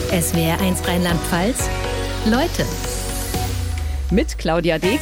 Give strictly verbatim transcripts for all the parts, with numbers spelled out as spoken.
S W R eins Rheinland-Pfalz. Leute. Mit Claudia Deek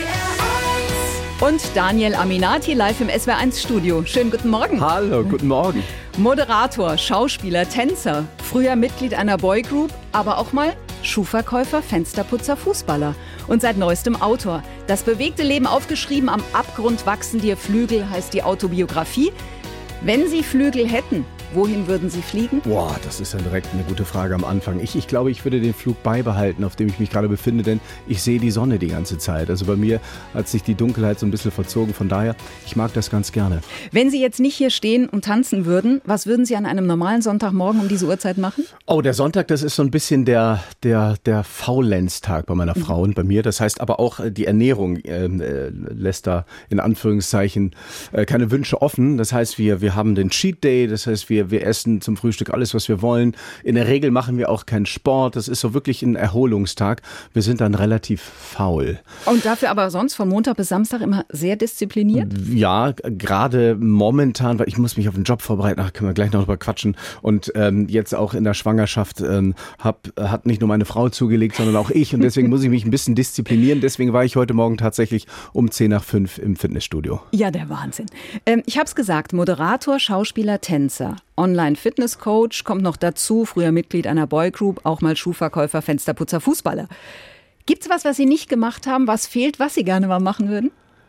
und Daniel Aminati live im S W R eins Studio. Schönen guten Morgen. Hallo, guten Morgen. Moderator, Schauspieler, Tänzer, früher Mitglied einer Boygroup, aber auch mal Schuhverkäufer, Fensterputzer, Fußballer und seit neuestem Autor. Das bewegte Leben aufgeschrieben, am Abgrund wachsen dir Flügel, heißt die Autobiografie. Wenn Sie Flügel hätten, wohin würden Sie fliegen? Boah, das ist ja direkt eine gute Frage am Anfang. Ich, ich glaube, ich würde den Flug beibehalten, auf dem ich mich gerade befinde, denn ich sehe die Sonne die ganze Zeit. Also bei mir hat sich die Dunkelheit so ein bisschen verzogen. Von daher, ich mag das ganz gerne. Wenn Sie jetzt nicht hier stehen und tanzen würden, was würden Sie an einem normalen Sonntagmorgen um diese Uhrzeit machen? Oh, der Sonntag, das ist so ein bisschen der, der, der Faulenztag bei meiner Frau und bei mir. Das heißt aber auch, die Ernährung äh, lässt da in Anführungszeichen äh, keine Wünsche offen. Das heißt, wir, wir haben den Cheat Day, das heißt, wir Wir essen zum Frühstück alles, was wir wollen. In der Regel machen wir auch keinen Sport. Das ist so wirklich ein Erholungstag. Wir sind dann relativ faul. Und dafür aber sonst von Montag bis Samstag immer sehr diszipliniert? Ja, gerade momentan, weil ich muss mich auf den Job vorbereiten. Ach, können wir gleich noch drüber quatschen. Und ähm, jetzt auch in der Schwangerschaft ähm, hab, hat nicht nur meine Frau zugelegt, sondern auch ich. Und deswegen muss ich mich ein bisschen disziplinieren. Deswegen war ich heute Morgen tatsächlich um zehn nach fünf im Fitnessstudio. Ja, der Wahnsinn. Ähm, ich habe es gesagt, Moderator, Schauspieler, Tänzer. Online-Fitness-Coach, kommt noch dazu, früher Mitglied einer Boygroup, auch mal Schuhverkäufer, Fensterputzer, Fußballer. Gibt's was, was Sie nicht gemacht haben, was fehlt, was Sie gerne mal machen würden?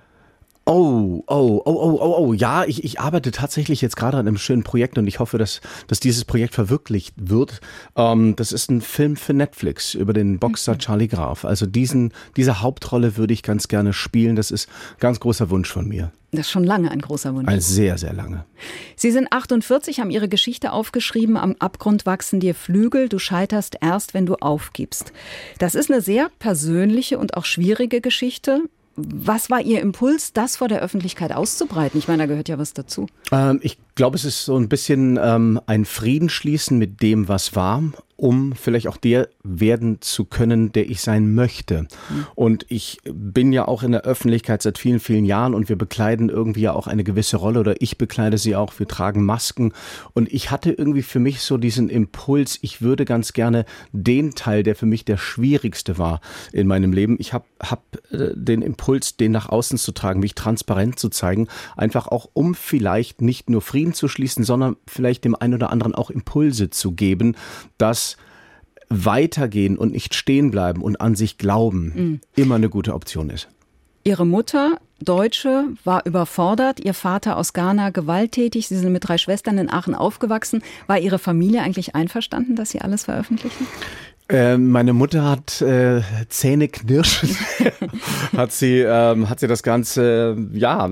Oh, oh, oh, oh, oh, oh, ja, ich, ich arbeite tatsächlich jetzt gerade an einem schönen Projekt und ich hoffe, dass, dass dieses Projekt verwirklicht wird. Ähm, das ist ein Film für Netflix über den Boxer Charlie Graf. Also diesen, diese Hauptrolle würde ich ganz gerne spielen. Das ist ein ganz großer Wunsch von mir. Das ist schon lange ein großer Wunsch. Ein sehr, sehr lange. Sie sind achtundvierzig, haben Ihre Geschichte aufgeschrieben. Am Abgrund wachsen dir Flügel. Du scheiterst erst, wenn du aufgibst. Das ist eine sehr persönliche und auch schwierige Geschichte. Was war Ihr Impuls, das vor der Öffentlichkeit auszubreiten? Ich meine, da gehört ja was dazu. Ähm, ich glaube, es ist so ein bisschen ähm, ein Frieden schließen mit dem, was war, um vielleicht auch der werden zu können, der ich sein möchte. Mhm. Und ich bin ja auch in der Öffentlichkeit seit vielen, vielen Jahren und wir bekleiden irgendwie ja auch eine gewisse Rolle oder ich bekleide sie auch. Wir tragen Masken und ich hatte irgendwie für mich so diesen Impuls, ich würde ganz gerne den Teil, der für mich der schwierigste war in meinem Leben, ich habe hab, äh, den Impuls, den nach außen zu tragen, mich transparent zu zeigen, einfach auch um vielleicht nicht nur Frieden zu schließen, sondern vielleicht dem einen oder anderen auch Impulse zu geben, dass weitergehen und nicht stehen bleiben und an sich glauben mhm. immer eine gute Option ist. Ihre Mutter, Deutsche, war überfordert, Ihr Vater aus Ghana gewalttätig, Sie sind mit drei Schwestern in Aachen aufgewachsen. War Ihre Familie eigentlich einverstanden, dass Sie alles veröffentlichen? Äh, meine Mutter hat äh, zähneknirschend hat sie ähm, hat sie das Ganze ja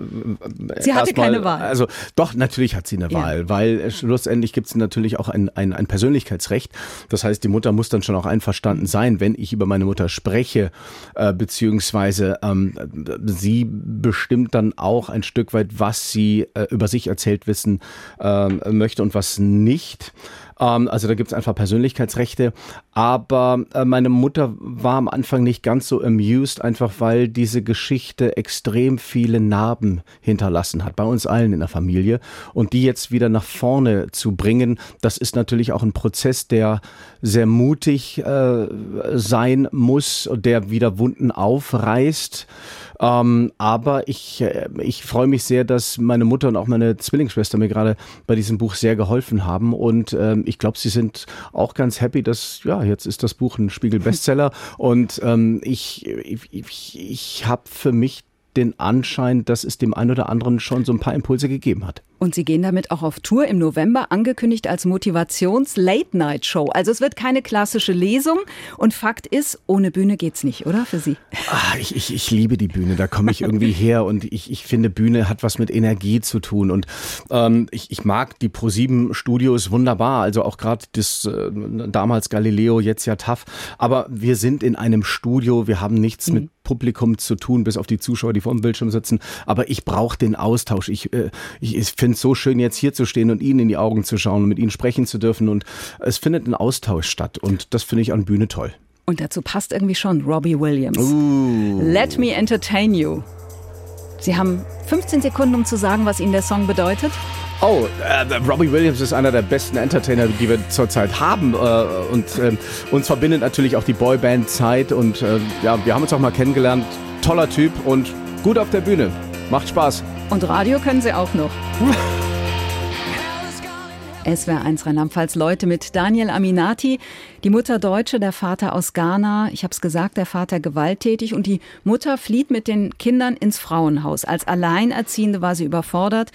sie hatte mal, keine Wahl. Also doch, natürlich hat sie eine ja. Wahl, weil äh, schlussendlich gibt es natürlich auch ein, ein ein Persönlichkeitsrecht. Das heißt, die Mutter muss dann schon auch einverstanden sein, wenn ich über meine Mutter spreche, äh, beziehungsweise ähm, sie bestimmt dann auch ein Stück weit, was sie äh, über sich erzählt wissen äh, möchte und was nicht. Also da gibt es einfach Persönlichkeitsrechte, aber meine Mutter war am Anfang nicht ganz so amused, einfach weil diese Geschichte extrem viele Narben hinterlassen hat, bei uns allen in der Familie. Und die jetzt wieder nach vorne zu bringen, das ist natürlich auch ein Prozess, der sehr mutig äh, sein muss und der wieder Wunden aufreißt. Ähm, aber ich, ich freue mich sehr, dass meine Mutter und auch meine Zwillingsschwester mir gerade bei diesem Buch sehr geholfen haben und ähm, ich glaube, sie sind auch ganz happy, dass, ja, jetzt ist das Buch ein Spiegel-Bestseller und ähm, ich, ich, ich, ich habe für mich den Anschein, dass es dem einen oder anderen schon so ein paar Impulse gegeben hat. Und Sie gehen damit auch auf Tour im November, angekündigt als Motivations-Late-Night-Show. Also es wird keine klassische Lesung. Und Fakt ist, ohne Bühne geht's nicht, oder für Sie? Ach, ich, ich, ich liebe die Bühne, da komme ich irgendwie her. Und ich, ich finde, Bühne hat was mit Energie zu tun. Und ähm, ich, ich mag die ProSieben Studios wunderbar. Also auch gerade das äh, damals Galileo, jetzt ja T A F. Aber wir sind in einem Studio, wir haben nichts mhm. mit Publikum zu tun, bis auf die Zuschauer, die vor dem Bildschirm sitzen. Aber ich brauche den Austausch. Ich, äh, ich, ich finde es so schön, jetzt hier zu stehen und Ihnen in die Augen zu schauen und mit Ihnen sprechen zu dürfen. Und es findet ein Austausch statt. Und das finde ich an Bühne toll. Und dazu passt irgendwie schon Robbie Williams. Uh. Let me entertain you. Sie haben fünfzehn Sekunden, um zu sagen, was Ihnen der Song bedeutet. Oh, äh, Robbie Williams ist einer der besten Entertainer, die wir zurzeit haben. Äh, und äh, uns verbindet natürlich auch die Boyband-Zeit. Und äh, ja, wir haben uns auch mal kennengelernt. Toller Typ und gut auf der Bühne. Macht Spaß. Und Radio können Sie auch noch. S W R eins Rheinland-Pfalz, Leute mit Daniel Aminati. Die Mutter Deutsche, der Vater aus Ghana. Ich habe es gesagt, der Vater gewalttätig. Und die Mutter flieht mit den Kindern ins Frauenhaus. Als Alleinerziehende war sie überfordert.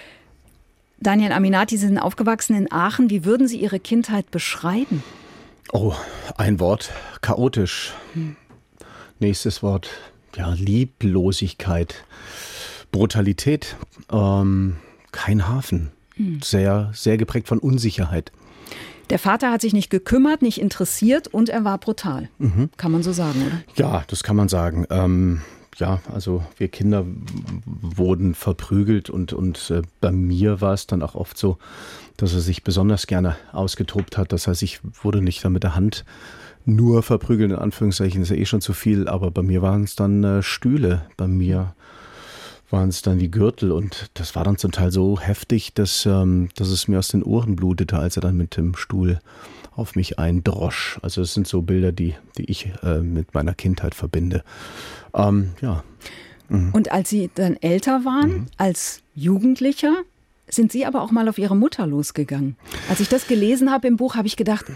Daniel Aminati, Sie sind aufgewachsen in Aachen. Wie würden Sie Ihre Kindheit beschreiben? Oh, ein Wort. Chaotisch. Hm. Nächstes Wort. Ja, Lieblosigkeit. Brutalität. Ähm, kein Hafen. Hm. Sehr, sehr geprägt von Unsicherheit. Der Vater hat sich nicht gekümmert, nicht interessiert und er war brutal. Mhm. Kann man so sagen, oder? Ja, das kann man sagen. Ähm, ja, also wir Kinder wurden verprügelt und, und äh, bei mir war es dann auch oft so, dass er sich besonders gerne ausgetobt hat. Das heißt, ich wurde nicht dann mit der Hand nur verprügeln, in Anführungszeichen, ist ja eh schon zu viel, aber bei mir waren es dann äh, Stühle, bei mir waren es dann die Gürtel und das war dann zum Teil so heftig, dass, ähm, dass es mir aus den Ohren blutete, als er dann mit dem Stuhl auf mich eindrosch. Also es sind so Bilder, die, die ich äh, mit meiner Kindheit verbinde. Ähm, ja. Mhm. Und als Sie dann älter waren, mhm. als Jugendlicher, sind Sie aber auch mal auf Ihre Mutter losgegangen. Als ich das gelesen habe im Buch, habe ich gedacht,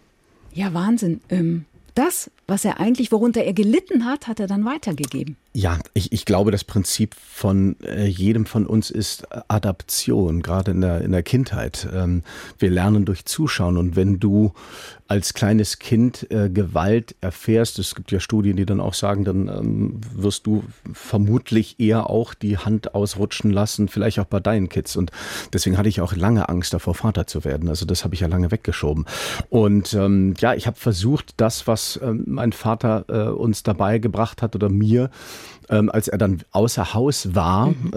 ja Wahnsinn, ähm, das, was er eigentlich, worunter er gelitten hat, hat er dann weitergegeben. Ja, ich, ich glaube, das Prinzip von äh, jedem von uns ist Adaption, gerade in der, in der Kindheit. Ähm, wir lernen durch Zuschauen und wenn du als kleines Kind äh, Gewalt erfährst, es gibt ja Studien, die dann auch sagen, dann ähm, wirst du vermutlich eher auch die Hand ausrutschen lassen, vielleicht auch bei deinen Kids. Und deswegen hatte ich auch lange Angst davor, Vater zu werden. Also das habe ich ja lange weggeschoben. Und ähm, ja, ich habe versucht, das, was ähm, mein Vater äh, uns dabei gebracht hat oder mir, Ähm, als er dann außer Haus war, mhm.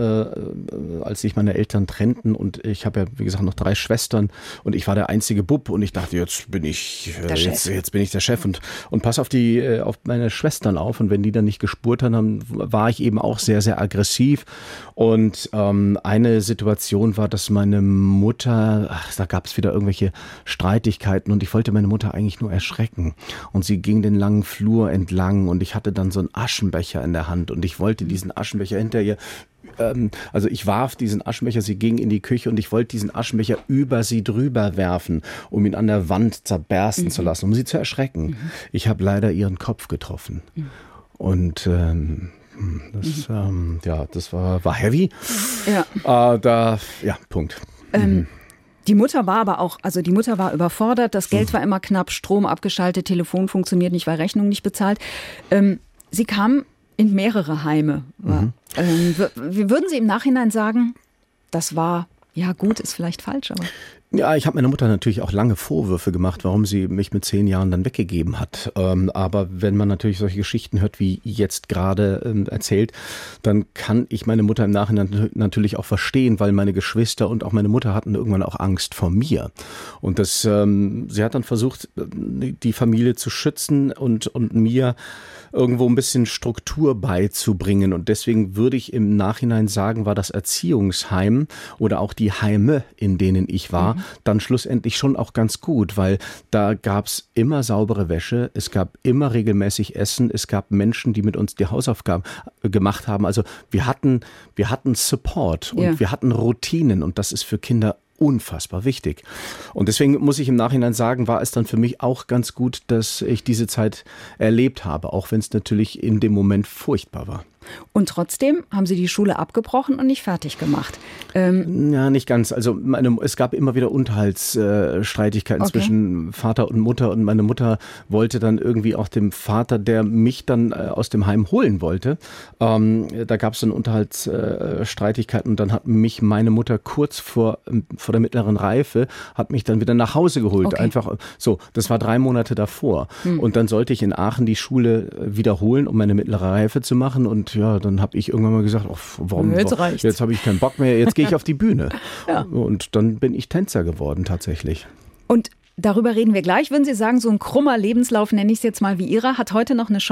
äh, als sich meine Eltern trennten und ich habe ja, wie gesagt, noch drei Schwestern und ich war der einzige Bub und ich dachte, jetzt bin ich äh, jetzt, jetzt bin ich der Chef und, und pass auf die äh, auf meine Schwestern auf und wenn die dann nicht gespurt haben, dann war ich eben auch sehr, sehr aggressiv und ähm, eine Situation war, dass meine Mutter, ach, da gab es wieder irgendwelche Streitigkeiten und ich wollte meine Mutter eigentlich nur erschrecken und sie ging den langen Flur entlang und ich hatte dann so einen Aschenbecher in der Hand und Und ich wollte diesen Aschenbecher hinter ihr, ähm, also ich warf diesen Aschenbecher, sie ging in die Küche und ich wollte diesen Aschenbecher über sie drüber werfen, um ihn an der Wand zerbersten mhm. zu lassen, um sie zu erschrecken. Mhm. Ich habe leider ihren Kopf getroffen. Mhm. Und ähm, das, mhm. ähm, ja, das war, war heavy. Ja. Äh, da, ja, Punkt. Ähm. Mhm. Die Mutter war aber auch, also die Mutter war überfordert, das Geld war immer knapp, Strom abgeschaltet, Telefon funktioniert nicht, weil Rechnung nicht bezahlt. Ähm, sie kam in mehrere Heime. Mhm. Ähm, wie würden Sie im Nachhinein sagen, das war, ja gut, ist vielleicht falsch, aber... Ja, ich habe meiner Mutter natürlich auch lange Vorwürfe gemacht, warum sie mich mit zehn Jahren dann weggegeben hat. Ähm, aber wenn man natürlich solche Geschichten hört, wie jetzt gerade ähm, erzählt, dann kann ich meine Mutter im Nachhinein natürlich auch verstehen, weil meine Geschwister und auch meine Mutter hatten irgendwann auch Angst vor mir. Und das, ähm, sie hat dann versucht, die Familie zu schützen und, und mir irgendwo ein bisschen Struktur beizubringen. Und deswegen würde ich im Nachhinein sagen, war das Erziehungsheim oder auch die Heime, in denen ich war, mhm. dann schlussendlich schon auch ganz gut, weil da gab es immer saubere Wäsche, es gab immer regelmäßig Essen, es gab Menschen, die mit uns die Hausaufgaben gemacht haben. Also wir hatten, wir hatten Support und ja. wir hatten Routinen und das ist für Kinder unfassbar wichtig. Und deswegen muss ich im Nachhinein sagen, war es dann für mich auch ganz gut, dass ich diese Zeit erlebt habe, auch wenn es natürlich in dem Moment furchtbar war. Und trotzdem haben Sie die Schule abgebrochen und nicht fertig gemacht. Ähm ja, nicht ganz. Also meine, es gab immer wieder Unterhaltsstreitigkeiten okay. zwischen Vater und Mutter. Und meine Mutter wollte dann irgendwie auch dem Vater, der mich dann äh, aus dem Heim holen wollte, ähm, da gab es dann Unterhaltsstreitigkeiten. Und dann hat mich meine Mutter kurz vor, vor der mittleren Reife, hat mich dann wieder nach Hause geholt. Okay. Einfach so, das war drei Monate davor. Hm. Und dann sollte ich in Aachen die Schule wiederholen, um meine mittlere Reife zu machen. Und ja, dann habe ich irgendwann mal gesagt, oh, warum, jetzt, reicht's. jetzt habe ich keinen Bock mehr, jetzt gehe ich auf die Bühne. Ja. Und dann bin ich Tänzer geworden tatsächlich. Und darüber reden wir gleich. Würden Sie sagen, so ein krummer Lebenslauf, nenne ich es jetzt mal wie Ihrer, hat heute noch eine Chance?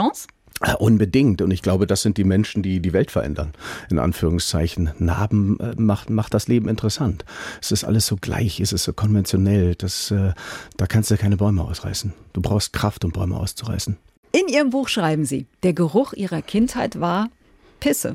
Unbedingt. Und ich glaube, das sind die Menschen, die die Welt verändern. In Anführungszeichen. Narben äh, macht, macht das Leben interessant. Es ist alles so gleich, es ist so konventionell. Das, äh, da kannst du keine Bäume ausreißen. Du brauchst Kraft, um Bäume auszureißen. In Ihrem Buch schreiben Sie, der Geruch Ihrer Kindheit war Pisse.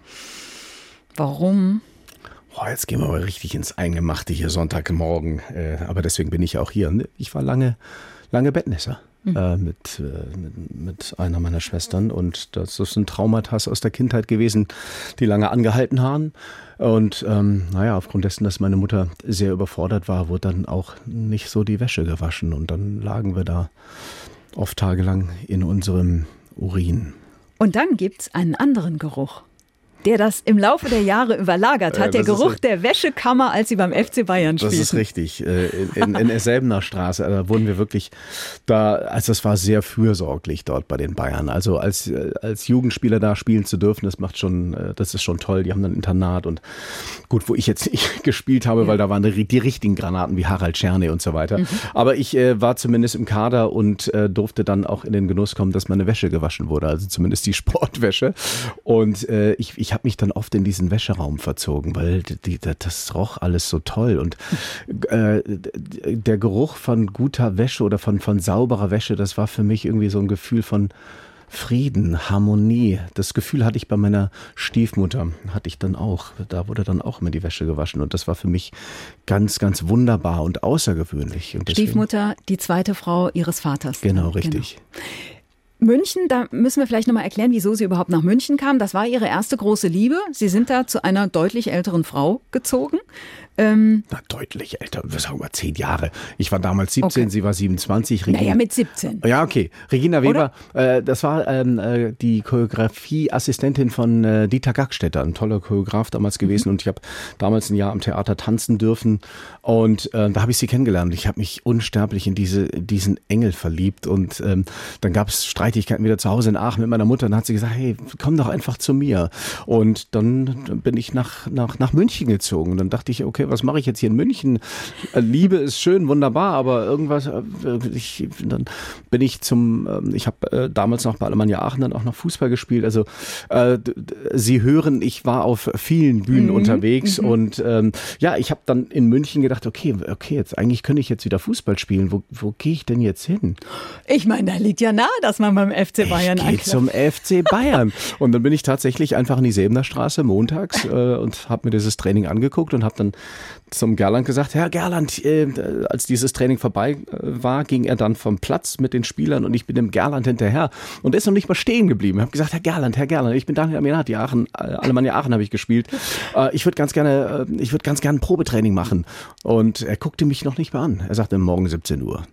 Warum? Boah, jetzt gehen wir mal richtig ins Eingemachte hier Sonntagmorgen. Äh, aber deswegen bin ich auch hier. Ich war lange, lange Bettnässer. Mhm. Äh, mit, äh, mit, mit einer meiner Schwestern und das ist ein Traumata aus der Kindheit gewesen, die lange angehalten haben und ähm, naja, aufgrund dessen, dass meine Mutter sehr überfordert war, wurde dann auch nicht so die Wäsche gewaschen und dann lagen wir da oft tagelang in unserem Urin. Und dann gibt's einen anderen Geruch, der das im Laufe der Jahre überlagert hat, der Geruch der Wäschekammer, als Sie beim F C Bayern spielten. Das ist richtig. In, in, in der Selbener Straße, da wurden wir wirklich, da, also das war sehr fürsorglich dort bei den Bayern. Also als, als Jugendspieler da spielen zu dürfen, das macht schon, das ist schon toll. Die haben dann ein Internat und gut, wo ich jetzt nicht gespielt habe, ja. weil da waren die, die richtigen Granaten wie Harald Czerny und so weiter. Mhm. Aber ich äh, war zumindest im Kader und äh, durfte dann auch in den Genuss kommen, dass meine Wäsche gewaschen wurde, also zumindest die Sportwäsche. Und äh, ich, ich Ich habe mich dann oft in diesen Wäscheraum verzogen, weil die, das roch alles so toll. Und äh, der Geruch von guter Wäsche oder von, von sauberer Wäsche, das war für mich irgendwie so ein Gefühl von Frieden, Harmonie. Das Gefühl hatte ich bei meiner Stiefmutter, hatte ich dann auch. Da wurde dann auch immer die Wäsche gewaschen. Und das war für mich ganz, ganz wunderbar und außergewöhnlich. Und deswegen, Stiefmutter, die zweite Frau Ihres Vaters. Genau, richtig. Genau. München, da müssen wir vielleicht nochmal erklären, wieso Sie überhaupt nach München kamen. Das war Ihre erste große Liebe. Sie sind da zu einer deutlich älteren Frau gezogen. Ähm Na, deutlich älter, wir sagen mal zehn Jahre. Ich war damals siebzehn, okay. Sie war siebenundzwanzig. Regina, naja, mit siebzehn. Ja, okay. Regina Weber, äh, das war ähm, äh, die Choreografieassistentin von äh, Dieter Gackstetter, ein toller Choreograf damals gewesen. Mhm. Und ich habe damals ein Jahr am Theater tanzen dürfen. Und äh, da habe ich sie kennengelernt. Ich habe mich unsterblich in diese, diesen Engel verliebt. Und ähm, dann gab es Streitigkeiten wieder zu Hause in Aachen mit meiner Mutter. Und dann hat sie gesagt, hey, komm doch einfach zu mir. Und dann bin ich nach, nach, nach München gezogen. Und dann dachte ich, okay, was mache ich jetzt hier in München? Liebe ist schön, wunderbar, aber irgendwas, ich, dann bin ich zum, ich habe äh, damals noch bei Alemannia Aachen dann auch noch Fußball gespielt, also äh, Sie hören, ich war auf vielen Bühnen mhm. unterwegs mhm. und ähm, ja, ich habe dann in München gedacht, okay, okay, jetzt eigentlich könnte ich jetzt wieder Fußball spielen, wo, wo gehe ich denn jetzt hin? Ich meine, da liegt ja nahe, dass man beim F C Bayern ich gehe zum F C Bayern und dann bin ich tatsächlich einfach in die Säbener Straße montags äh, und habe mir dieses Training angeguckt und habe dann zum Gerland gesagt, Herr Gerland, äh, als dieses Training vorbei äh, war, ging er dann vom Platz mit den Spielern und ich bin dem Gerland hinterher und er ist noch nicht mal stehen geblieben. Ich habe gesagt, Herr Gerland, Herr Gerland, ich bin Daniel Aminati, Aachen, äh, Alemannia Aachen habe ich gespielt. Äh, ich würde ganz gerne, äh, ich würde ganz gerne ein Probetraining machen. Und er guckte mich noch nicht mehr an. Er sagte, morgen siebzehn Uhr.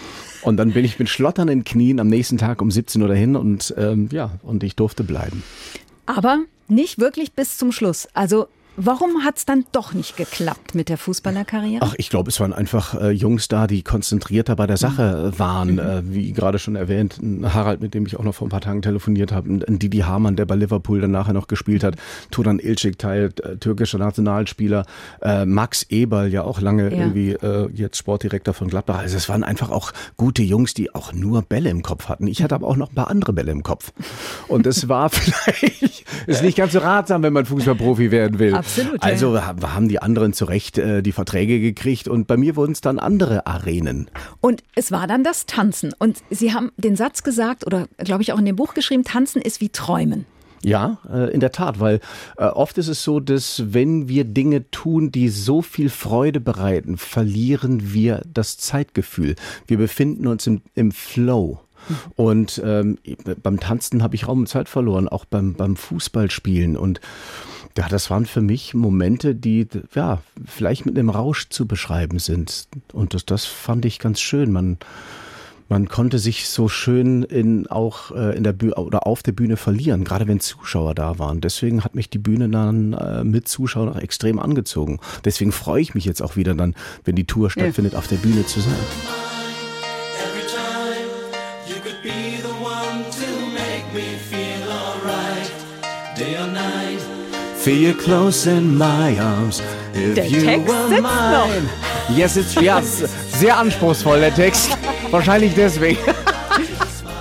Und dann bin ich mit schlotternden Knien am nächsten Tag um siebzehn Uhr dahin und ähm, ja, und ich durfte bleiben. Aber nicht wirklich bis zum Schluss. Also warum hat es dann doch nicht geklappt mit der Fußballerkarriere? Ach, ich glaube, es waren einfach äh, Jungs da, die konzentrierter bei der Sache mhm. waren. Mhm. Äh, wie gerade schon erwähnt, ein Harald, mit dem ich auch noch vor ein paar Tagen telefoniert habe, ein Didi Hamann, der bei Liverpool dann nachher noch gespielt hat, Turan Ilcikay, äh, türkischer Nationalspieler, äh, Max Eberl, ja auch lange ja. irgendwie äh, jetzt Sportdirektor von Gladbach. Also es waren einfach auch gute Jungs, die auch nur Bälle im Kopf hatten. Ich hatte aber auch noch ein paar andere Bälle im Kopf. Und das war vielleicht, ist nicht ganz so ratsam, wenn man Fußballprofi werden will. Absolut, also ja. haben die anderen zu Recht äh, die Verträge gekriegt und bei mir wurden es dann andere Arenen. Und es war dann das Tanzen. Und Sie haben den Satz gesagt, oder glaube ich auch in dem Buch geschrieben, Tanzen ist wie Träumen. Ja, äh, in der Tat, weil äh, oft ist es so, dass wenn wir Dinge tun, die so viel Freude bereiten, verlieren wir das Zeitgefühl. Wir befinden uns im, im Flow. Und ähm, beim Tanzen habe ich Raum und Zeit verloren, auch beim, beim Fußballspielen. Und ja, das waren für mich Momente, die ja vielleicht mit einem Rausch zu beschreiben sind. Und das, das fand ich ganz schön. Man, man konnte sich so schön in, auch äh, in der Bühne oder auf der Bühne verlieren, gerade wenn Zuschauer da waren. Deswegen hat mich die Bühne dann äh, mit Zuschauern auch extrem angezogen. Deswegen freue ich mich jetzt auch wieder dann, wenn die Tour stattfindet, ja. auf der Bühne zu sein. Feel close in my arms. If der you Text were sitzt mine. noch. Yes, it's, ja, sehr anspruchsvoll, der Text. Wahrscheinlich deswegen.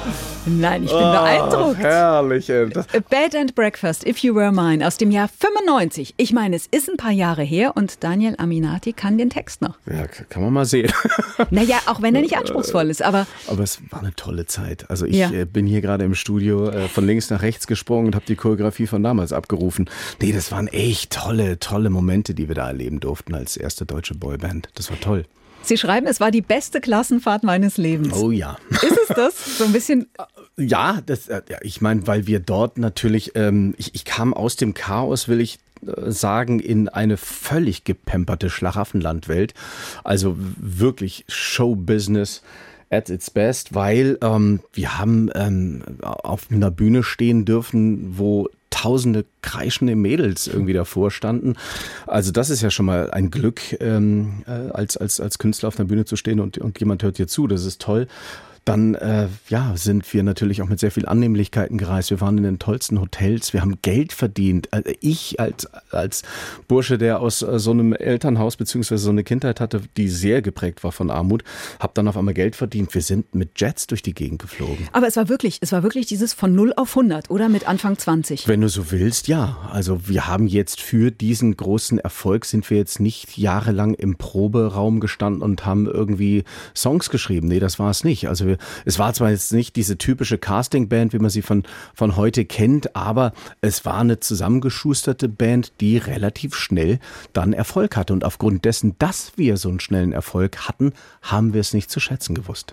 Nein, ich bin oh, beeindruckt. Herrlich. Ey. Das A Bed and Breakfast, If You Were Mine aus dem Jahr fünfundneunzig. Ich meine, es ist ein paar Jahre her und Daniel Aminati kann den Text noch. Ja, kann man mal sehen. Naja, auch wenn er nicht anspruchsvoll ist, aber... Aber es war eine tolle Zeit. Also ich Ja. äh, bin hier gerade im Studio äh, von links nach rechts gesprungen und habe die Choreografie von damals abgerufen. Nee, das waren echt tolle, tolle Momente, die wir da erleben durften als erste deutsche Boyband. Das war toll. Sie schreiben, es war die beste Klassenfahrt meines Lebens. Oh ja. Ist es das? So ein bisschen... Ja, das, äh, ja ich meine, weil wir dort natürlich, ähm, ich, ich kam aus dem Chaos, will ich äh, sagen, in eine völlig gepemperte Schlaraffenlandwelt. Also wirklich Showbusiness at its best, weil ähm, wir haben ähm, auf einer Bühne stehen dürfen, wo tausende kreischende Mädels irgendwie davor standen. Also das ist ja schon mal ein Glück, ähm, äh, als, als, als Künstler auf einer Bühne zu stehen und, und jemand hört dir zu. Das ist toll. Dann äh, ja, sind wir natürlich auch mit sehr viel Annehmlichkeiten gereist. Wir waren in den tollsten Hotels. Wir haben Geld verdient. Also ich als, als Bursche, der aus äh, so einem Elternhaus beziehungsweise so eine Kindheit hatte, die sehr geprägt war von Armut, habe dann auf einmal Geld verdient. Wir sind mit Jets durch die Gegend geflogen. Aber es war wirklich, es war wirklich dieses von null auf hundert, oder? Mit Anfang zwanzig. Wenn du so willst, ja. Also wir haben jetzt für diesen großen Erfolg sind wir jetzt nicht jahrelang im Proberaum gestanden und haben irgendwie Songs geschrieben. Nee, das war es nicht. Also wir Es war zwar jetzt nicht diese typische Castingband, wie man sie von, von heute kennt, aber es war eine zusammengeschusterte Band, die relativ schnell dann Erfolg hatte. Und aufgrund dessen, dass wir so einen schnellen Erfolg hatten, haben wir es nicht zu schätzen gewusst.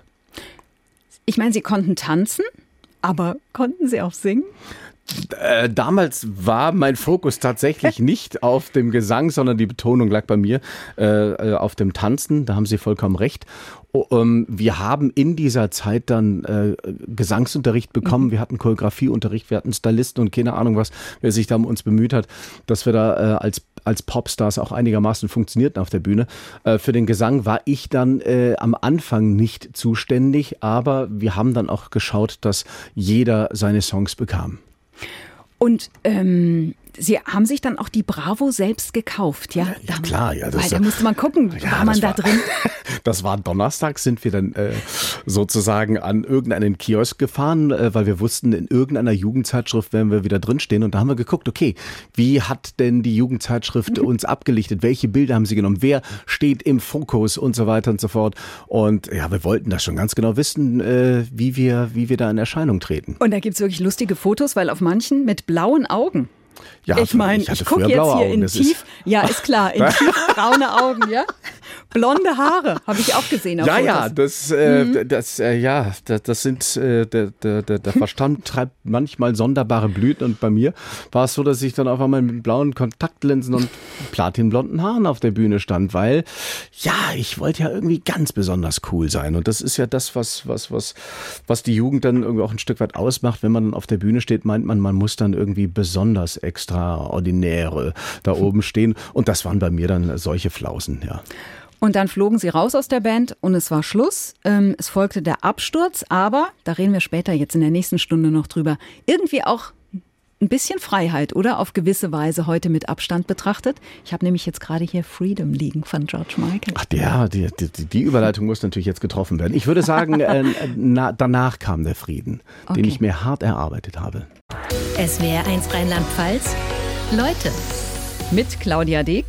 Ich meine, Sie konnten tanzen, aber konnten Sie auch singen? Äh, damals war mein Fokus tatsächlich nicht auf dem Gesang, sondern die Betonung lag bei mir äh, auf dem Tanzen. Da haben Sie vollkommen recht. Oh, ähm, wir haben in dieser Zeit dann äh, Gesangsunterricht bekommen. Mhm. Wir hatten Choreografieunterricht, wir hatten Stylisten und keine Ahnung was, wer sich da um uns bemüht hat, dass wir da äh, als als Popstars auch einigermaßen funktionierten auf der Bühne. Äh, für den Gesang war ich dann äh, am Anfang nicht zuständig, aber wir haben dann auch geschaut, dass jeder seine Songs bekam. Und ähm, Sie haben sich dann auch die Bravo selbst gekauft, ja? Ja, klar, ja. Das Weil da musste man gucken, ja, war man da war, drin? Das war Donnerstag, sind wir dann äh, sozusagen an irgendeinen Kiosk gefahren, äh, weil wir wussten, in irgendeiner Jugendzeitschrift werden wir wieder drinstehen. Und da haben wir geguckt, okay, wie hat denn die Jugendzeitschrift uns abgelichtet? Welche Bilder haben sie genommen? Wer steht im Fokus und so weiter und so fort? Und ja, wir wollten das schon ganz genau wissen, äh, wie wir, wie wir da in Erscheinung treten. Und da gibt's wirklich lustige Fotos, weil auf manchen mit blauen Augen. Ja, ich meine, ich, ich gucke jetzt hier Augen. in das tief, ja, ist klar, in tiefbraune Augen, ja. Blonde Haare, habe ich auch gesehen auf Ja, Fotos. ja, das, äh, Mhm. das, äh, ja, das, das sind, äh, der, der, der der Verstand treibt manchmal sonderbare Blüten und bei mir war es so, dass ich dann auf einmal mit blauen Kontaktlinsen und platinblonden Haaren auf der Bühne stand, weil, ja, ich wollte ja irgendwie ganz besonders cool sein und das ist ja das, was, was, was, was die Jugend dann irgendwie auch ein Stück weit ausmacht. Wenn man dann auf der Bühne steht, meint man, man muss dann irgendwie besonders extraordinäre da oben stehen und das waren bei mir dann solche Flausen, ja. Und dann flogen sie raus aus der Band und es war Schluss. Ähm, es folgte der Absturz, aber, da reden wir später jetzt in der nächsten Stunde noch drüber, irgendwie auch ein bisschen Freiheit, oder? Auf gewisse Weise heute mit Abstand betrachtet. Ich habe nämlich jetzt gerade hier Freedom liegen von George Michael. Ach ja, die, die, die Überleitung muss natürlich jetzt getroffen werden. Ich würde sagen, äh, na, danach kam der Frieden, Okay. den ich mir hart erarbeitet habe. S W R eins Rheinland-Pfalz. Leute. Mit Claudia Deek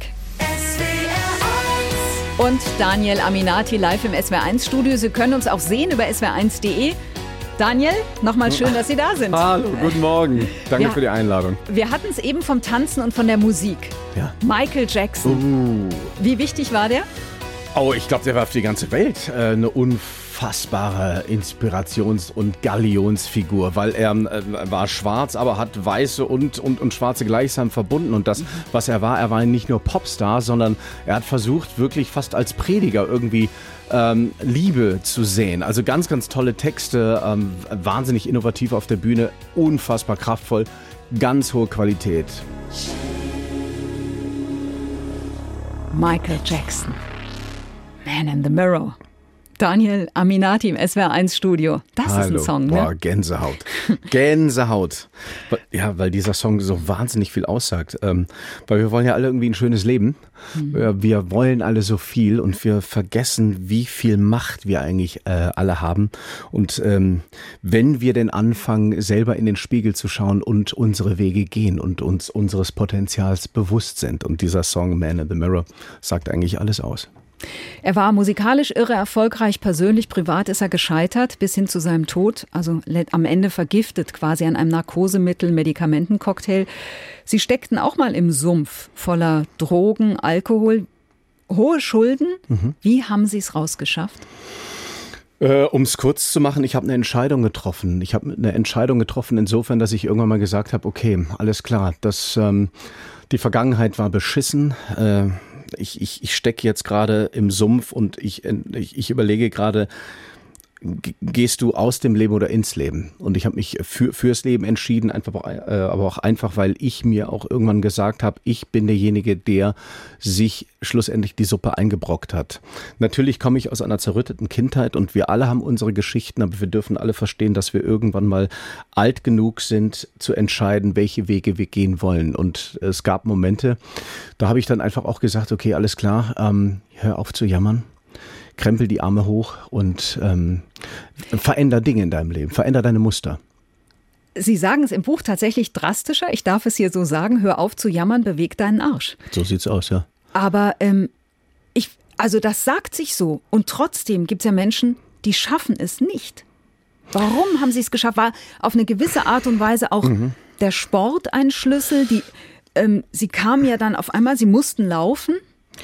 und Daniel Aminati live im S W R eins Studio. Sie können uns auch sehen über S W R eins punkt de. Daniel, nochmal schön, dass Sie da sind. Hallo, guten Morgen. Danke Ja. für die Einladung. Wir hatten es eben vom Tanzen und von der Musik. Ja. Michael Jackson. Uh. Wie wichtig war der? Oh, ich glaube, der war für die ganze Welt äh, eine unfassbare Inspirations- und Galionsfigur, weil er äh, war schwarz, aber hat weiße und, und, und schwarze gleichsam verbunden. Und das, was er war, er war nicht nur Popstar, sondern er hat versucht, wirklich fast als Prediger irgendwie ähm, Liebe zu sehen. Also ganz, ganz tolle Texte, ähm, wahnsinnig innovativ auf der Bühne, unfassbar kraftvoll, ganz hohe Qualität. Michael Jackson. Man in the Mirror. Daniel Aminati im S W R eins Studio. Das Hallo. ist ein Song, ne? Boah, Gänsehaut. Gänsehaut. Ja, weil dieser Song so wahnsinnig viel aussagt. Ähm, weil wir wollen ja alle irgendwie ein schönes Leben. Mhm. Wir wollen alle so viel und wir vergessen, wie viel Macht wir eigentlich äh, alle haben. Und ähm, wenn wir denn anfangen, selber in den Spiegel zu schauen und unsere Wege gehen und uns unseres Potenzials bewusst sind. Und dieser Song Man in the Mirror sagt eigentlich alles aus. Er war musikalisch irre erfolgreich, persönlich, privat ist er gescheitert, bis hin zu seinem Tod, also am Ende vergiftet quasi an einem Narkosemittel, Medikamentencocktail. Sie steckten auch mal im Sumpf voller Drogen, Alkohol, hohe Schulden. Mhm. Wie haben Sie es rausgeschafft? Äh, um es kurz zu machen, ich habe eine Entscheidung getroffen. Ich habe eine Entscheidung getroffen insofern, dass ich irgendwann mal gesagt habe, okay, alles klar, das, ähm, die Vergangenheit war beschissen, äh, Ich, ich, ich stecke jetzt gerade im Sumpf und ich, ich, ich überlege gerade, gehst du aus dem Leben oder ins Leben? Und ich habe mich für, fürs Leben entschieden, einfach, äh, aber auch einfach, weil ich mir auch irgendwann gesagt habe, ich bin derjenige, der sich schlussendlich die Suppe eingebrockt hat. Natürlich komme ich aus einer zerrütteten Kindheit und wir alle haben unsere Geschichten, aber wir dürfen alle verstehen, dass wir irgendwann mal alt genug sind, zu entscheiden, welche Wege wir gehen wollen. Und es gab Momente, da habe ich dann einfach auch gesagt, okay, alles klar, ähm, hör auf zu jammern. Krempel die Arme hoch und ähm, veränder Dinge in deinem Leben, veränder deine Muster. Sie sagen es im Buch tatsächlich drastischer, ich darf es hier so sagen, hör auf zu jammern, beweg deinen Arsch. So sieht's aus, ja. Aber ähm, ich, also das sagt sich so und trotzdem gibt es ja Menschen, die schaffen es nicht. Warum haben sie es geschafft? War auf eine gewisse Art und Weise auch mhm. der Sport ein Schlüssel? Die, ähm, sie kamen ja dann auf einmal, sie mussten laufen.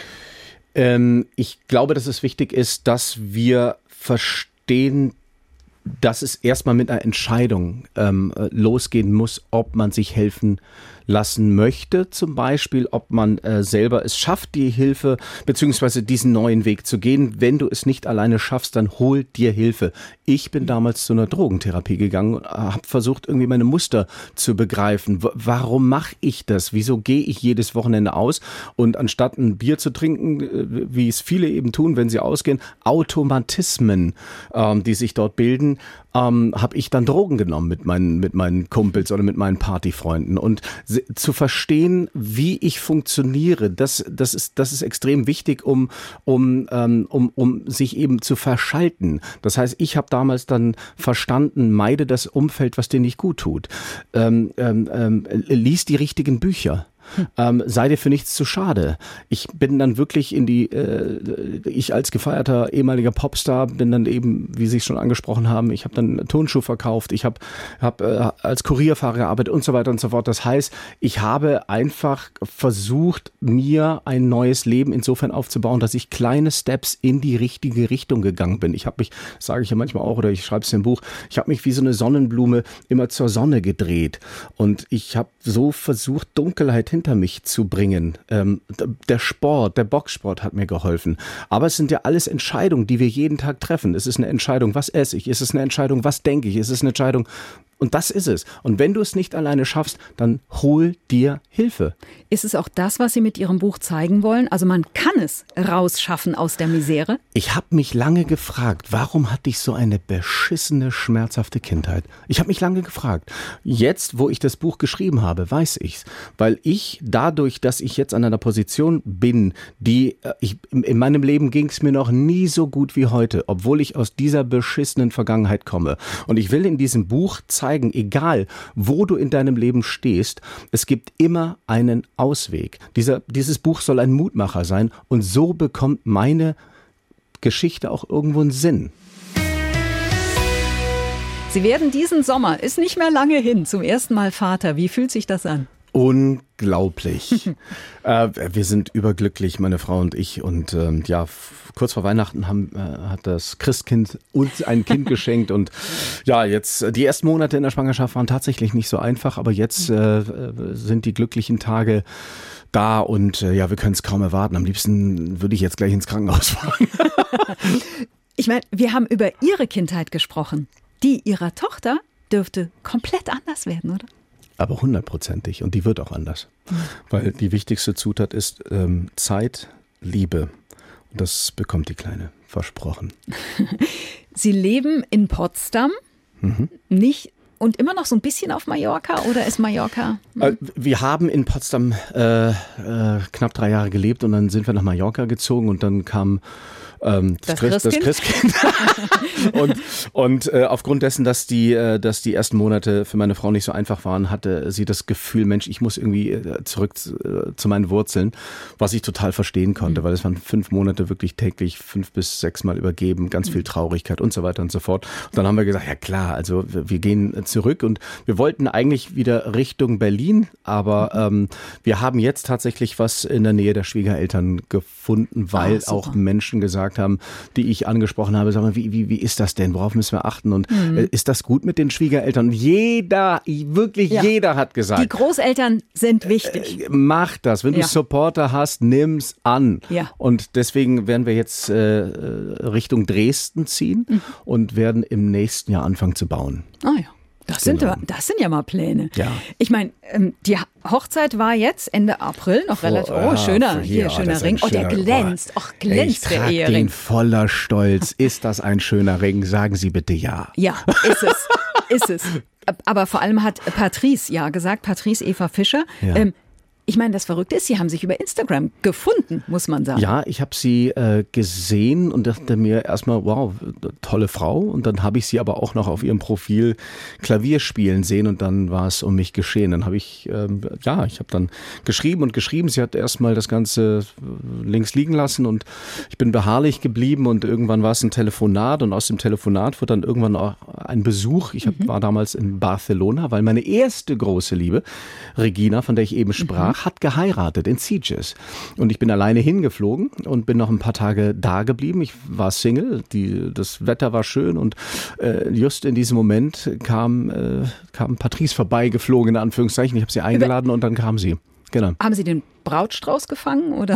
Ähm, ich glaube, dass es wichtig ist, dass wir verstehen, dass es erstmal mit einer Entscheidung ähm, losgehen muss, ob man sich helfen lassen möchte, zum Beispiel, ob man äh, selber es schafft, die Hilfe beziehungsweise diesen neuen Weg zu gehen. Wenn du es nicht alleine schaffst, dann hol dir Hilfe. Ich bin damals zu einer Drogentherapie gegangen und habe versucht, irgendwie meine Muster zu begreifen. W- warum mache ich das? Wieso gehe ich jedes Wochenende aus? Und anstatt ein Bier zu trinken, äh, wie es viele eben tun, wenn sie ausgehen, Automatismen, ähm, die sich dort bilden, ähm, habe ich dann Drogen genommen mit meinen, mit meinen Kumpels oder mit meinen Partyfreunden. Und zu verstehen, wie ich funktioniere, das, das ist, das ist extrem wichtig, um, um, ähm, um, um sich eben zu verschalten. Das heißt, ich habe damals dann verstanden, meide das Umfeld, was dir nicht gut tut. Ähm, ähm, ähm, lies die richtigen Bücher. Ähm, sei dir für nichts zu schade. Ich bin dann wirklich in die, äh, ich als gefeierter ehemaliger Popstar bin dann eben, wie Sie es schon angesprochen haben, ich habe dann Turnschuhe verkauft, ich habe hab, äh, als Kurierfahrer gearbeitet und so weiter und so fort. Das heißt, ich habe einfach versucht, mir ein neues Leben insofern aufzubauen, dass ich kleine Steps in die richtige Richtung gegangen bin. Ich habe mich, sage ich ja manchmal auch, oder ich schreibe es im Buch, ich habe mich wie so eine Sonnenblume immer zur Sonne gedreht und ich habe so versucht, Dunkelheit hinter mich zu bringen. Ähm, der Sport, der Boxsport hat mir geholfen. Aber es sind ja alles Entscheidungen, die wir jeden Tag treffen. Es ist eine Entscheidung, was esse ich? Es ist eine Entscheidung, was denke ich? Es ist eine Entscheidung, und das ist es. Und wenn du es nicht alleine schaffst, dann hol dir Hilfe. Ist es auch das, was Sie mit Ihrem Buch zeigen wollen? Also man kann es rausschaffen aus der Misere? Ich habe mich lange gefragt, warum hatte ich so eine beschissene, schmerzhafte Kindheit? Ich habe mich lange gefragt. Jetzt, wo ich das Buch geschrieben habe, weiß ich's. Weil ich dadurch, dass ich jetzt an einer Position bin, die, ich, in meinem Leben ging es mir noch nie so gut wie heute, obwohl ich aus dieser beschissenen Vergangenheit komme. Und ich will in diesem Buch zeigen, egal wo du in deinem Leben stehst, es gibt immer einen Ausweg. Dieser, dieses Buch soll ein Mutmacher sein und so bekommt meine Geschichte auch irgendwo einen Sinn. Sie werden diesen Sommer, ist nicht mehr lange hin, zum ersten Mal Vater. Wie fühlt sich das an? Unglaublich. äh, wir sind überglücklich, meine Frau und ich. Und ähm, ja, f- kurz vor Weihnachten haben, äh, hat das Christkind uns ein Kind geschenkt. Und ja, jetzt, die ersten Monate in der Schwangerschaft waren tatsächlich nicht so einfach. Aber jetzt äh, sind die glücklichen Tage da. Und äh, ja, wir können es kaum erwarten. Am liebsten würde ich jetzt gleich ins Krankenhaus fahren. Ich meine, wir haben über Ihre Kindheit gesprochen. Die Ihrer Tochter dürfte komplett anders werden, oder? Aber hundertprozentig. Und die wird auch anders. Mhm. Weil die wichtigste Zutat ist ähm, Zeit, Liebe. Und das bekommt die Kleine. versprochen. Sie leben in Potsdam, mhm. nicht und immer noch so ein bisschen auf Mallorca oder ist Mallorca? Hm? Wir haben in Potsdam äh, äh, knapp drei Jahre gelebt und dann sind wir nach Mallorca gezogen und dann kam ähm, das, das, Christ, Christkind, das Christkind. und und äh, aufgrund dessen, dass die, äh, dass die ersten Monate für meine Frau nicht so einfach waren, hatte sie das Gefühl, Mensch, ich muss irgendwie äh, zurück zu, äh, zu meinen Wurzeln, was ich total verstehen konnte, mhm. weil es waren fünf Monate wirklich täglich fünf bis sechs Mal übergeben, ganz viel Traurigkeit und so weiter und so fort. Und dann haben wir gesagt, ja klar, also wir gehen zurück und wir wollten eigentlich wieder Richtung Berlin, aber ähm, wir haben jetzt tatsächlich was in der Nähe der Schwiegereltern gefunden, weil ah, auch Menschen gesagt haben, die ich angesprochen habe, sag mal, wie, wie, wie ist das denn? Worauf müssen wir achten? Und mhm. äh, ist das gut mit den Schwiegereltern? Und jeder, wirklich ja. jeder hat gesagt. Die Großeltern sind wichtig. Äh, mach das. Wenn ja. du Supporter hast, nimm's an. Ja. Und deswegen werden wir jetzt äh, Richtung Dresden ziehen mhm. und werden im nächsten Jahr anfangen zu bauen. Ah ja. Das, genau. sind, das sind ja mal Pläne. Ja. Ich meine, die Hochzeit war jetzt Ende April, noch relativ, oh, schöner, hier, hier schöner Ring. Oh, der glänzt, ach, glänzt der Ehering. Ich trage den voller Stolz. Ist das ein schöner Ring? Sagen Sie bitte ja. Ja, ist es, ist es. Aber vor allem hat Patrice ja gesagt, Patrice Eva Fischer, ja. ähm, ich meine, das Verrückte ist, Sie haben sich über Instagram gefunden, muss man sagen. Ja, ich habe sie äh, gesehen und dachte mir erstmal, wow, tolle Frau. Und dann habe ich sie aber auch noch auf ihrem Profil Klavier spielen sehen und dann war es um mich geschehen. Dann habe ich, ähm, ja, ich habe dann geschrieben und geschrieben. Sie hat erstmal das Ganze links liegen lassen und ich bin beharrlich geblieben und irgendwann war es ein Telefonat und aus dem Telefonat wurde dann irgendwann auch ein Besuch. Ich hab, mhm. war damals in Barcelona, weil meine erste große Liebe, Regina, von der ich eben sprach, mhm. hat geheiratet in Sitges. Und ich bin alleine hingeflogen und bin noch ein paar Tage da geblieben. Ich war Single, die, das Wetter war schön und äh, just in diesem Moment kam, äh, kam Patrice vorbeigeflogen, in Anführungszeichen. Ich habe sie eingeladen und dann kam sie. Genau. Haben Sie den Brautstrauß gefangen oder?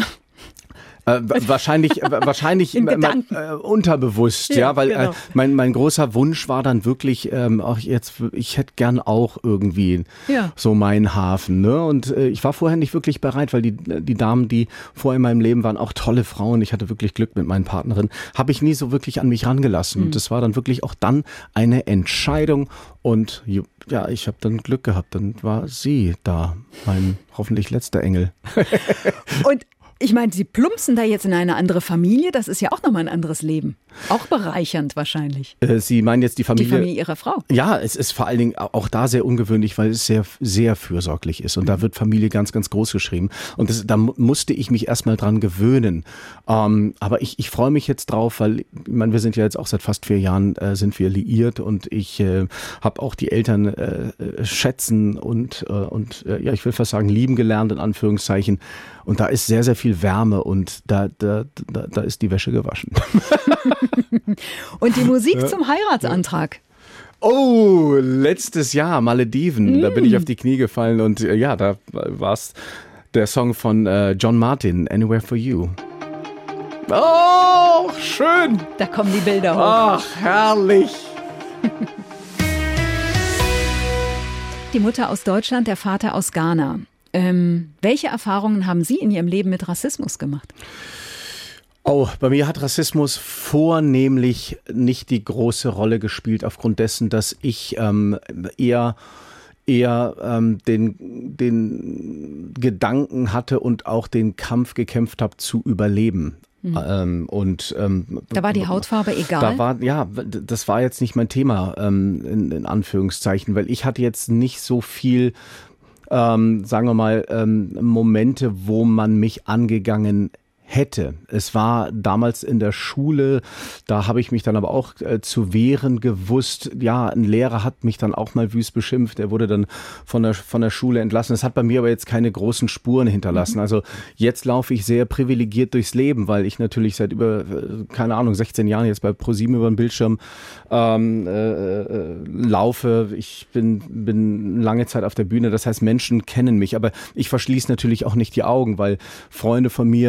Äh, wahrscheinlich wahrscheinlich In mein, äh, unterbewusst, ja, ja weil genau. äh, mein mein großer Wunsch war dann wirklich, ähm, auch jetzt, ich hätte gern auch irgendwie ja. so meinen Hafen, ne? Und äh, ich war vorher nicht wirklich bereit, weil die die Damen, die vorher in meinem Leben waren, auch tolle Frauen. Ich hatte wirklich Glück mit meinen Partnerinnen, habe ich nie so wirklich an mich rangelassen. Mhm. Und das war dann wirklich auch dann eine Entscheidung. Und ja, ich habe dann Glück gehabt. Dann war sie da, mein hoffentlich letzter Engel. Und ich meine, Sie plumpsen da jetzt in eine andere Familie, das ist ja auch nochmal ein anderes Leben. Auch bereichernd wahrscheinlich. Äh, Sie meinen jetzt die Familie? Die Familie Ihrer Frau. Ja, es ist vor allen Dingen auch da sehr ungewöhnlich, weil es sehr, sehr fürsorglich ist. Und mhm. da wird Familie ganz, ganz groß geschrieben. Und das, da musste ich mich erstmal dran gewöhnen. Ähm, aber ich, ich freue mich jetzt drauf, weil, ich meine, wir sind ja jetzt auch seit fast vier Jahren äh, sind wir liiert und ich äh, habe auch die Eltern äh, schätzen und, äh, und äh, ja, ich will fast sagen, lieben gelernt, in Anführungszeichen. Und da ist sehr, sehr viel Wärme und da, da, da, da ist die Wäsche gewaschen. Und die Musik ja. zum Heiratsantrag. Oh, letztes Jahr, Malediven. Mm. Da bin ich auf die Knie gefallen und äh, ja, da war es der Song von äh, John Martin, Anywhere for You. Oh, schön. Da kommen die Bilder hoch. Ach, herrlich. Die Mutter aus Deutschland, der Vater aus Ghana. Ähm, welche Erfahrungen haben Sie in Ihrem Leben mit Rassismus gemacht? Oh, bei mir hat Rassismus vornehmlich nicht die große Rolle gespielt, aufgrund dessen, dass ich ähm, eher eher ähm, den, den Gedanken hatte und auch den Kampf gekämpft habe, zu überleben. Mhm. Ähm, und ähm, da war die Hautfarbe egal? Da war, ja, das war jetzt nicht mein Thema, ähm, in, in Anführungszeichen, weil ich hatte jetzt nicht so viel, ähm, sagen wir mal, ähm, Momente, wo man mich angegangen hätte. Es war damals in der Schule, da habe ich mich dann aber auch äh, zu wehren gewusst. Ja, ein Lehrer hat mich dann auch mal wüst beschimpft. Er wurde dann von der, von der Schule entlassen. Das hat bei mir aber jetzt keine großen Spuren hinterlassen. Mhm. Also jetzt laufe ich sehr privilegiert durchs Leben, weil ich natürlich seit über, keine Ahnung, sechzehn Jahren jetzt bei ProSieben über den Bildschirm ähm, äh, äh, laufe. Ich bin, bin lange Zeit auf der Bühne. Das heißt, Menschen kennen mich. Aber ich verschließe natürlich auch nicht die Augen, weil Freunde von mir, die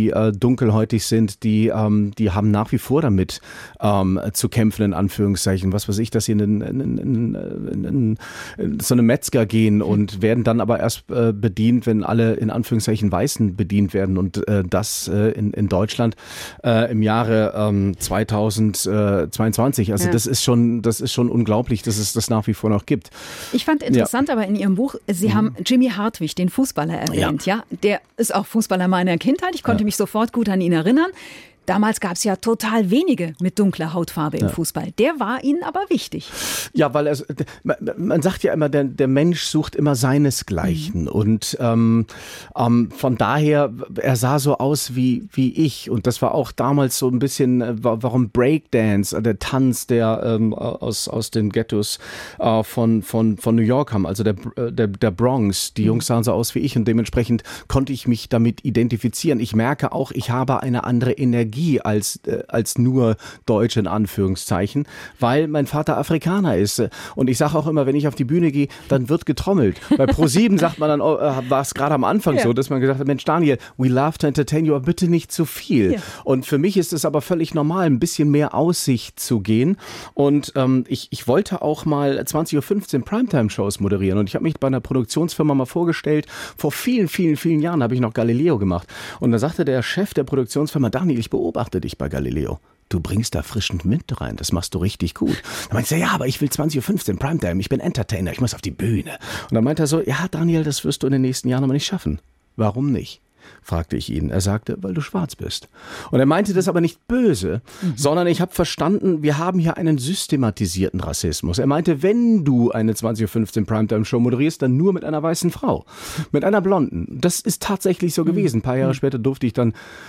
die äh, dunkelhäutig sind, die, ähm, die haben nach wie vor damit ähm, zu kämpfen, in Anführungszeichen. Was weiß ich, dass sie in, in, in, in, in, in so eine Metzger gehen und werden dann aber erst äh, bedient, wenn alle in Anführungszeichen Weißen bedient werden. Und äh, das äh, in, in Deutschland äh, im Jahre ähm, zweitausendzweiundzwanzig. Also ja. das ist schon, das ist schon unglaublich, dass es das nach wie vor noch gibt. Ich fand interessant, ja. aber in Ihrem Buch, Sie mhm. haben Jimmy Hartwig, den Fußballer, erwähnt. Ja. ja, der ist auch Fußballer meiner Kindheit. Ich konnte ja. mich sofort gut an ihn erinnern. Damals gab es ja total wenige mit dunkler Hautfarbe im ja. Fußball. Der war Ihnen aber wichtig. Ja, weil er, man sagt ja immer, der, der Mensch sucht immer seinesgleichen. Mhm. Und ähm, ähm, von daher, er sah so aus wie, wie ich. Und das war auch damals so ein bisschen, warum Breakdance, der Tanz, der ähm, aus, aus den Ghettos äh, von, von, von New York kam, also der, der, der Bronx. Die Jungs sahen so aus wie ich und dementsprechend konnte ich mich damit identifizieren. Ich merke auch, ich habe eine andere Energie als, äh, als nur Deutsch in Anführungszeichen, weil mein Vater Afrikaner ist. Und ich sage auch immer, wenn ich auf die Bühne gehe, dann wird getrommelt. Bei ProSieben sagt man dann, oh, äh, war es gerade am Anfang ja. so, dass man gesagt hat, Mensch Daniel, we love to entertain you, aber bitte nicht zu viel. Ja. Und für mich ist es aber völlig normal, ein bisschen mehr Aussicht zu gehen. Und ähm, ich, ich wollte auch mal zwanzig Uhr fünfzehn Primetime-Shows moderieren. Und ich habe mich bei einer Produktionsfirma mal vorgestellt, vor vielen, vielen, vielen Jahren habe ich noch Galileo gemacht. Und da sagte der Chef der Produktionsfirma, Daniel, ich beobachte Beobachte dich bei Galileo. Du bringst da frischen Wind rein, das machst du richtig gut. Dann meinte er, ja, aber ich will zwanzig Uhr fünfzehn Primetime, ich bin Entertainer, ich muss auf die Bühne. Und dann meinte er so, ja Daniel, das wirst du in den nächsten Jahren aber nicht schaffen. Warum nicht? Fragte ich ihn. Er sagte, weil du schwarz bist. Und er meinte das aber nicht böse, mhm. sondern ich habe verstanden, wir haben hier einen systematisierten Rassismus. Er meinte, wenn du eine zwanzig Uhr fünfzehn Primetime-Show moderierst, dann nur mit einer weißen Frau, mit einer Blonden. Das ist tatsächlich so mhm. gewesen. Ein paar Jahre mhm. später durfte ich dann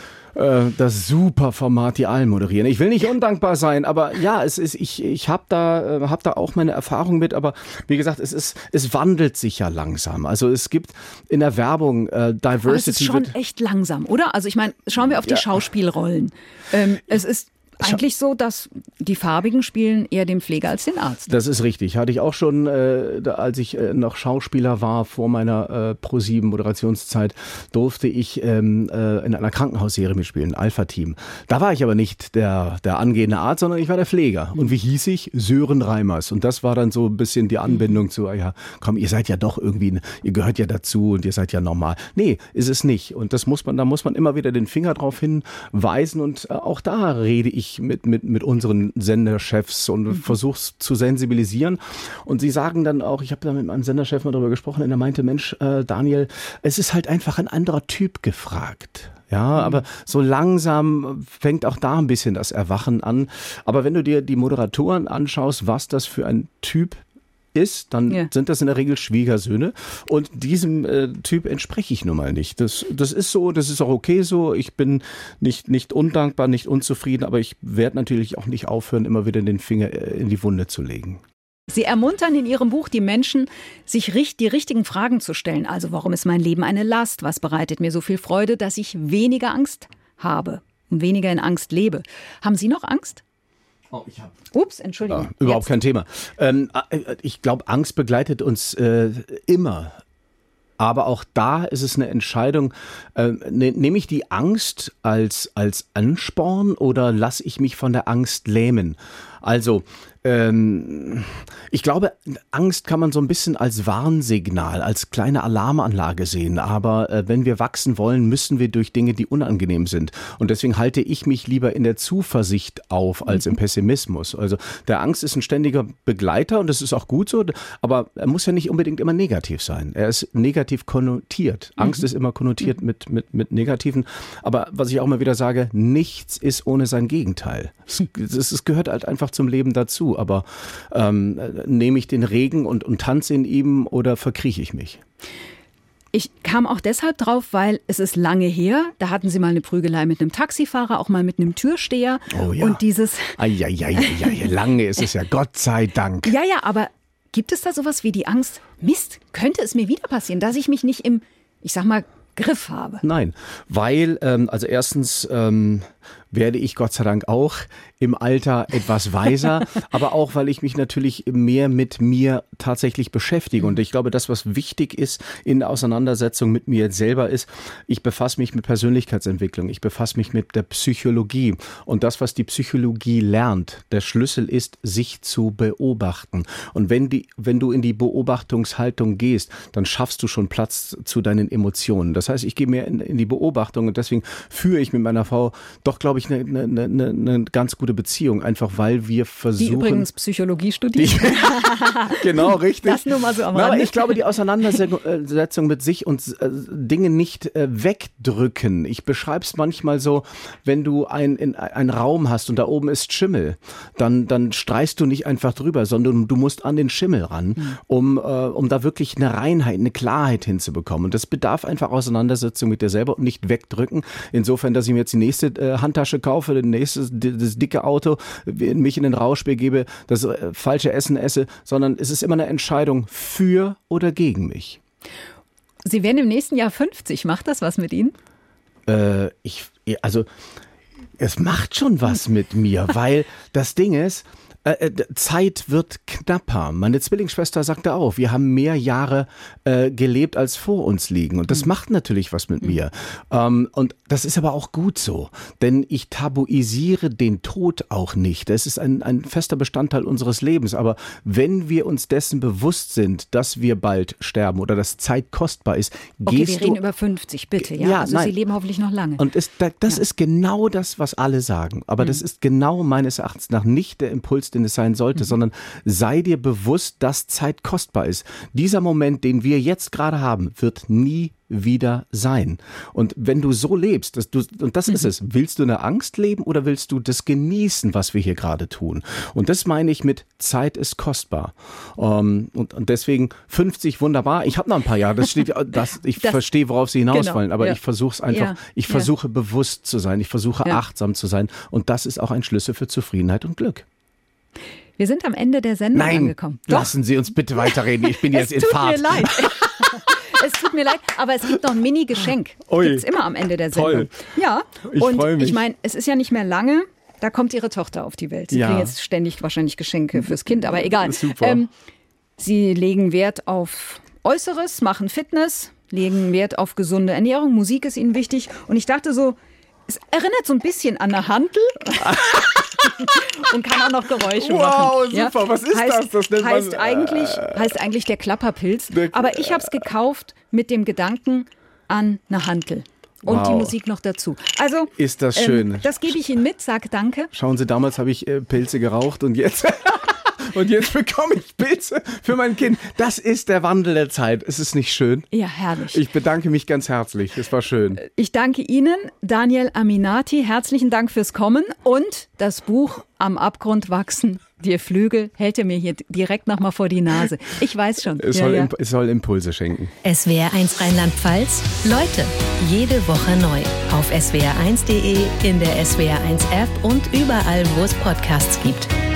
das super Format, die Allen moderieren. Ich will nicht undankbar sein, aber ja, es ist, ich, ich habe da, hab da auch meine Erfahrung mit, aber wie gesagt, es ist, es wandelt sich ja langsam. Also es gibt in der Werbung äh, Diversity. Aber es ist schon echt langsam, oder? Also ich meine, schauen wir auf die ja. Schauspielrollen. Ähm, es ist eigentlich so, dass die Farbigen spielen eher den Pfleger als den Arzt. Das ist richtig. Hatte ich auch schon, äh, als ich äh, noch Schauspieler war, vor meiner äh, ProSieben Moderationszeit, durfte ich ähm, äh, in einer Krankenhausserie mitspielen, Alpha-Team. Da war ich aber nicht der, der angehende Arzt, sondern ich war der Pfleger. Und wie hieß ich? Sören Reimers. Und das war dann so ein bisschen die Anbindung zu, ja, komm, ihr seid ja doch irgendwie, ihr gehört ja dazu und ihr seid ja normal. Nee, ist es nicht. Und das muss man, da muss man immer wieder den Finger drauf hinweisen. Und äh, auch da rede ich mit, mit, mit unseren Senderchefs und mhm. versuche zu sensibilisieren. Und sie sagen dann auch, ich habe da mit meinem Senderchef mal drüber gesprochen, und er meinte, Mensch, äh, Daniel, es ist halt einfach ein anderer Typ gefragt. Ja, mhm. aber so langsam fängt auch da ein bisschen das Erwachen an. Aber wenn du dir die Moderatoren anschaust, was das für ein Typ ist, dann ja. sind das in der Regel Schwiegersöhne und diesem äh, Typ entspreche ich nun mal nicht. Das, das ist so, das ist auch okay so. Ich bin nicht, nicht undankbar, nicht unzufrieden, aber ich werde natürlich auch nicht aufhören, immer wieder den Finger in die Wunde zu legen. Sie ermuntern in Ihrem Buch die Menschen, sich die richtigen Fragen zu stellen. Also warum ist mein Leben eine Last? Was bereitet mir so viel Freude, dass ich weniger Angst habe und weniger in Angst lebe? Haben Sie noch Angst? Oh, ich hab. Ups, Entschuldigung. Ja, überhaupt Jetzt. kein Thema. Ähm, ich glaube, Angst begleitet uns äh, immer. Aber auch da ist es eine Entscheidung, äh, ne, nehme ich die Angst als, als Ansporn oder lasse ich mich von der Angst lähmen? Also, ähm, ich glaube, Angst kann man so ein bisschen als Warnsignal, als kleine Alarmanlage sehen. Aber äh, wenn wir wachsen wollen, müssen wir durch Dinge, die unangenehm sind. Und deswegen halte ich mich lieber in der Zuversicht auf als im Pessimismus. Also der Angst ist ein ständiger Begleiter und das ist auch gut so. Aber er muss ja nicht unbedingt immer negativ sein. Er ist negativ konnotiert. Angst mhm. ist immer konnotiert mit, mit, mit Negativen. Aber was ich auch immer wieder sage, nichts ist ohne sein Gegenteil. Es, es, es gehört halt einfach zum Leben dazu. Aber ähm, nehme ich den Regen und, und tanze in ihm oder verkrieche ich mich? Ich kam auch deshalb drauf, weil es ist lange her. Da hatten Sie mal eine Prügelei mit einem Taxifahrer, auch mal mit einem Türsteher. Oh ja. Und dieses... Eieieiei, lange ist es ja, Gott sei Dank. Ja, ja, aber gibt es da sowas wie die Angst, Mist, könnte es mir wieder passieren, dass ich mich nicht im, ich sag mal, Griff habe? Nein, weil, ähm, also erstens... Ähm, werde ich Gott sei Dank auch im Alter etwas weiser, aber auch, weil ich mich natürlich mehr mit mir tatsächlich beschäftige. Und ich glaube, das, was wichtig ist in der Auseinandersetzung mit mir selber ist, ich befasse mich mit Persönlichkeitsentwicklung, ich befasse mich mit der Psychologie. Und das, was die Psychologie lernt, der Schlüssel ist, sich zu beobachten. Und wenn die, wenn du in die Beobachtungshaltung gehst, dann schaffst du schon Platz zu deinen Emotionen. Das heißt, ich gehe mehr in, in die Beobachtung und deswegen führe ich mit meiner Frau doch, glaube ich, eine, eine, eine, eine ganz gute Beziehung, einfach weil wir versuchen... Die übrigens Psychologie studiert. Die, genau, richtig. Das nur mal so am Na, aber Rande. ich glaube, die Auseinandersetzung mit sich und äh, Dinge nicht äh, wegdrücken. Ich beschreibe es manchmal so, wenn du ein, in, einen Raum hast und da oben ist Schimmel, dann, dann streichst du nicht einfach drüber, sondern du musst an den Schimmel ran, mhm. um, äh, um da wirklich eine Reinheit, eine Klarheit hinzubekommen. Und das bedarf einfach Auseinandersetzung mit dir selber und nicht wegdrücken. Insofern, dass ich mir jetzt die nächste äh, Handtasche kaufe, das nächste, das dicke Auto, mich in den Rausch begebe, das äh, falsche Essen esse, sondern es ist immer eine Entscheidung für oder gegen mich. Sie werden im nächsten Jahr fünfzig. Macht das was mit Ihnen? Äh, ich, also, es macht schon was mit mir, weil das Ding ist, Äh, Zeit wird knapper. Meine Zwillingsschwester sagte auch, wir haben mehr Jahre äh, gelebt, als vor uns liegen. Und das mhm. macht natürlich was mit mhm. mir. Ähm, und das ist aber auch gut so. Denn ich tabuisiere den Tod auch nicht. Das ist ein, ein fester Bestandteil unseres Lebens. Aber wenn wir uns dessen bewusst sind, dass wir bald sterben oder dass Zeit kostbar ist, okay, gehst wir du... reden über fünfzig, bitte. Ja, ja also nein. Sie leben hoffentlich noch lange. Und es, das ja. ist genau das, was alle sagen. Aber mhm. das ist genau meines Erachtens nach nicht der Impuls, den es sein sollte, mhm. sondern sei dir bewusst, dass Zeit kostbar ist. Dieser Moment, den wir jetzt gerade haben, wird nie wieder sein. Und wenn du so lebst, dass du, und das mhm. ist es, willst du in der Angst leben oder willst du das genießen, was wir hier gerade tun? Und das meine ich mit Zeit ist kostbar. Um, und, und deswegen fünfzig wunderbar. Ich habe noch ein paar Jahre. Das steht, das, ich das, verstehe, worauf Sie hinaus wollen, genau, aber ja. ich versuche es einfach. Ja, ich versuche ja. bewusst zu sein. Ich versuche ja. achtsam zu sein. Und das ist auch ein Schlüssel für Zufriedenheit und Glück. Wir sind am Ende der Sendung Nein, angekommen. Doch. Lassen Sie uns bitte weiterreden. Ich bin jetzt in Fahrt. Es tut mir leid. Es tut mir leid, aber es gibt noch ein Mini-Geschenk. Gibt es immer am Ende der Sendung. Toll. Ja, ich und freu mich. Ich meine, es ist ja nicht mehr lange. Da kommt Ihre Tochter auf die Welt. Sie ja. kriegen jetzt ständig wahrscheinlich Geschenke fürs Kind, aber egal. Super. Ähm, Sie legen Wert auf Äußeres, machen Fitness, legen Wert auf gesunde Ernährung. Musik ist Ihnen wichtig. Und ich dachte so, es erinnert so ein bisschen an eine Hantel. Und kann auch noch Geräusche wow, machen. Wow, super. Ja? Was ist heißt, das? Das nennt heißt, man, eigentlich, äh, heißt eigentlich der Klapperpilz. Der, aber ich habe es gekauft mit dem Gedanken an eine Hantel. Und wow. die Musik noch dazu. Also, ist das schön. Ähm, das gebe ich Ihnen mit, sag danke. Schauen Sie, damals habe ich äh, Pilze geraucht und jetzt... Und jetzt bekomme ich Pilze für mein Kind. Das ist der Wandel der Zeit. Ist es nicht schön? Ja, herrlich. Ich bedanke mich ganz herzlich. Es war schön. Ich danke Ihnen, Daniel Aminati. Herzlichen Dank fürs Kommen. Und das Buch Am Abgrund wachsen, dir Flügel, hält er mir hier direkt nochmal vor die Nase. Ich weiß schon. Es, ja, soll, ja. Imp- es soll Impulse schenken. S W R eins Rheinland-Pfalz. Leute, jede Woche neu. Auf S W R eins punkt de, in der S W R eins App und überall, wo es Podcasts gibt.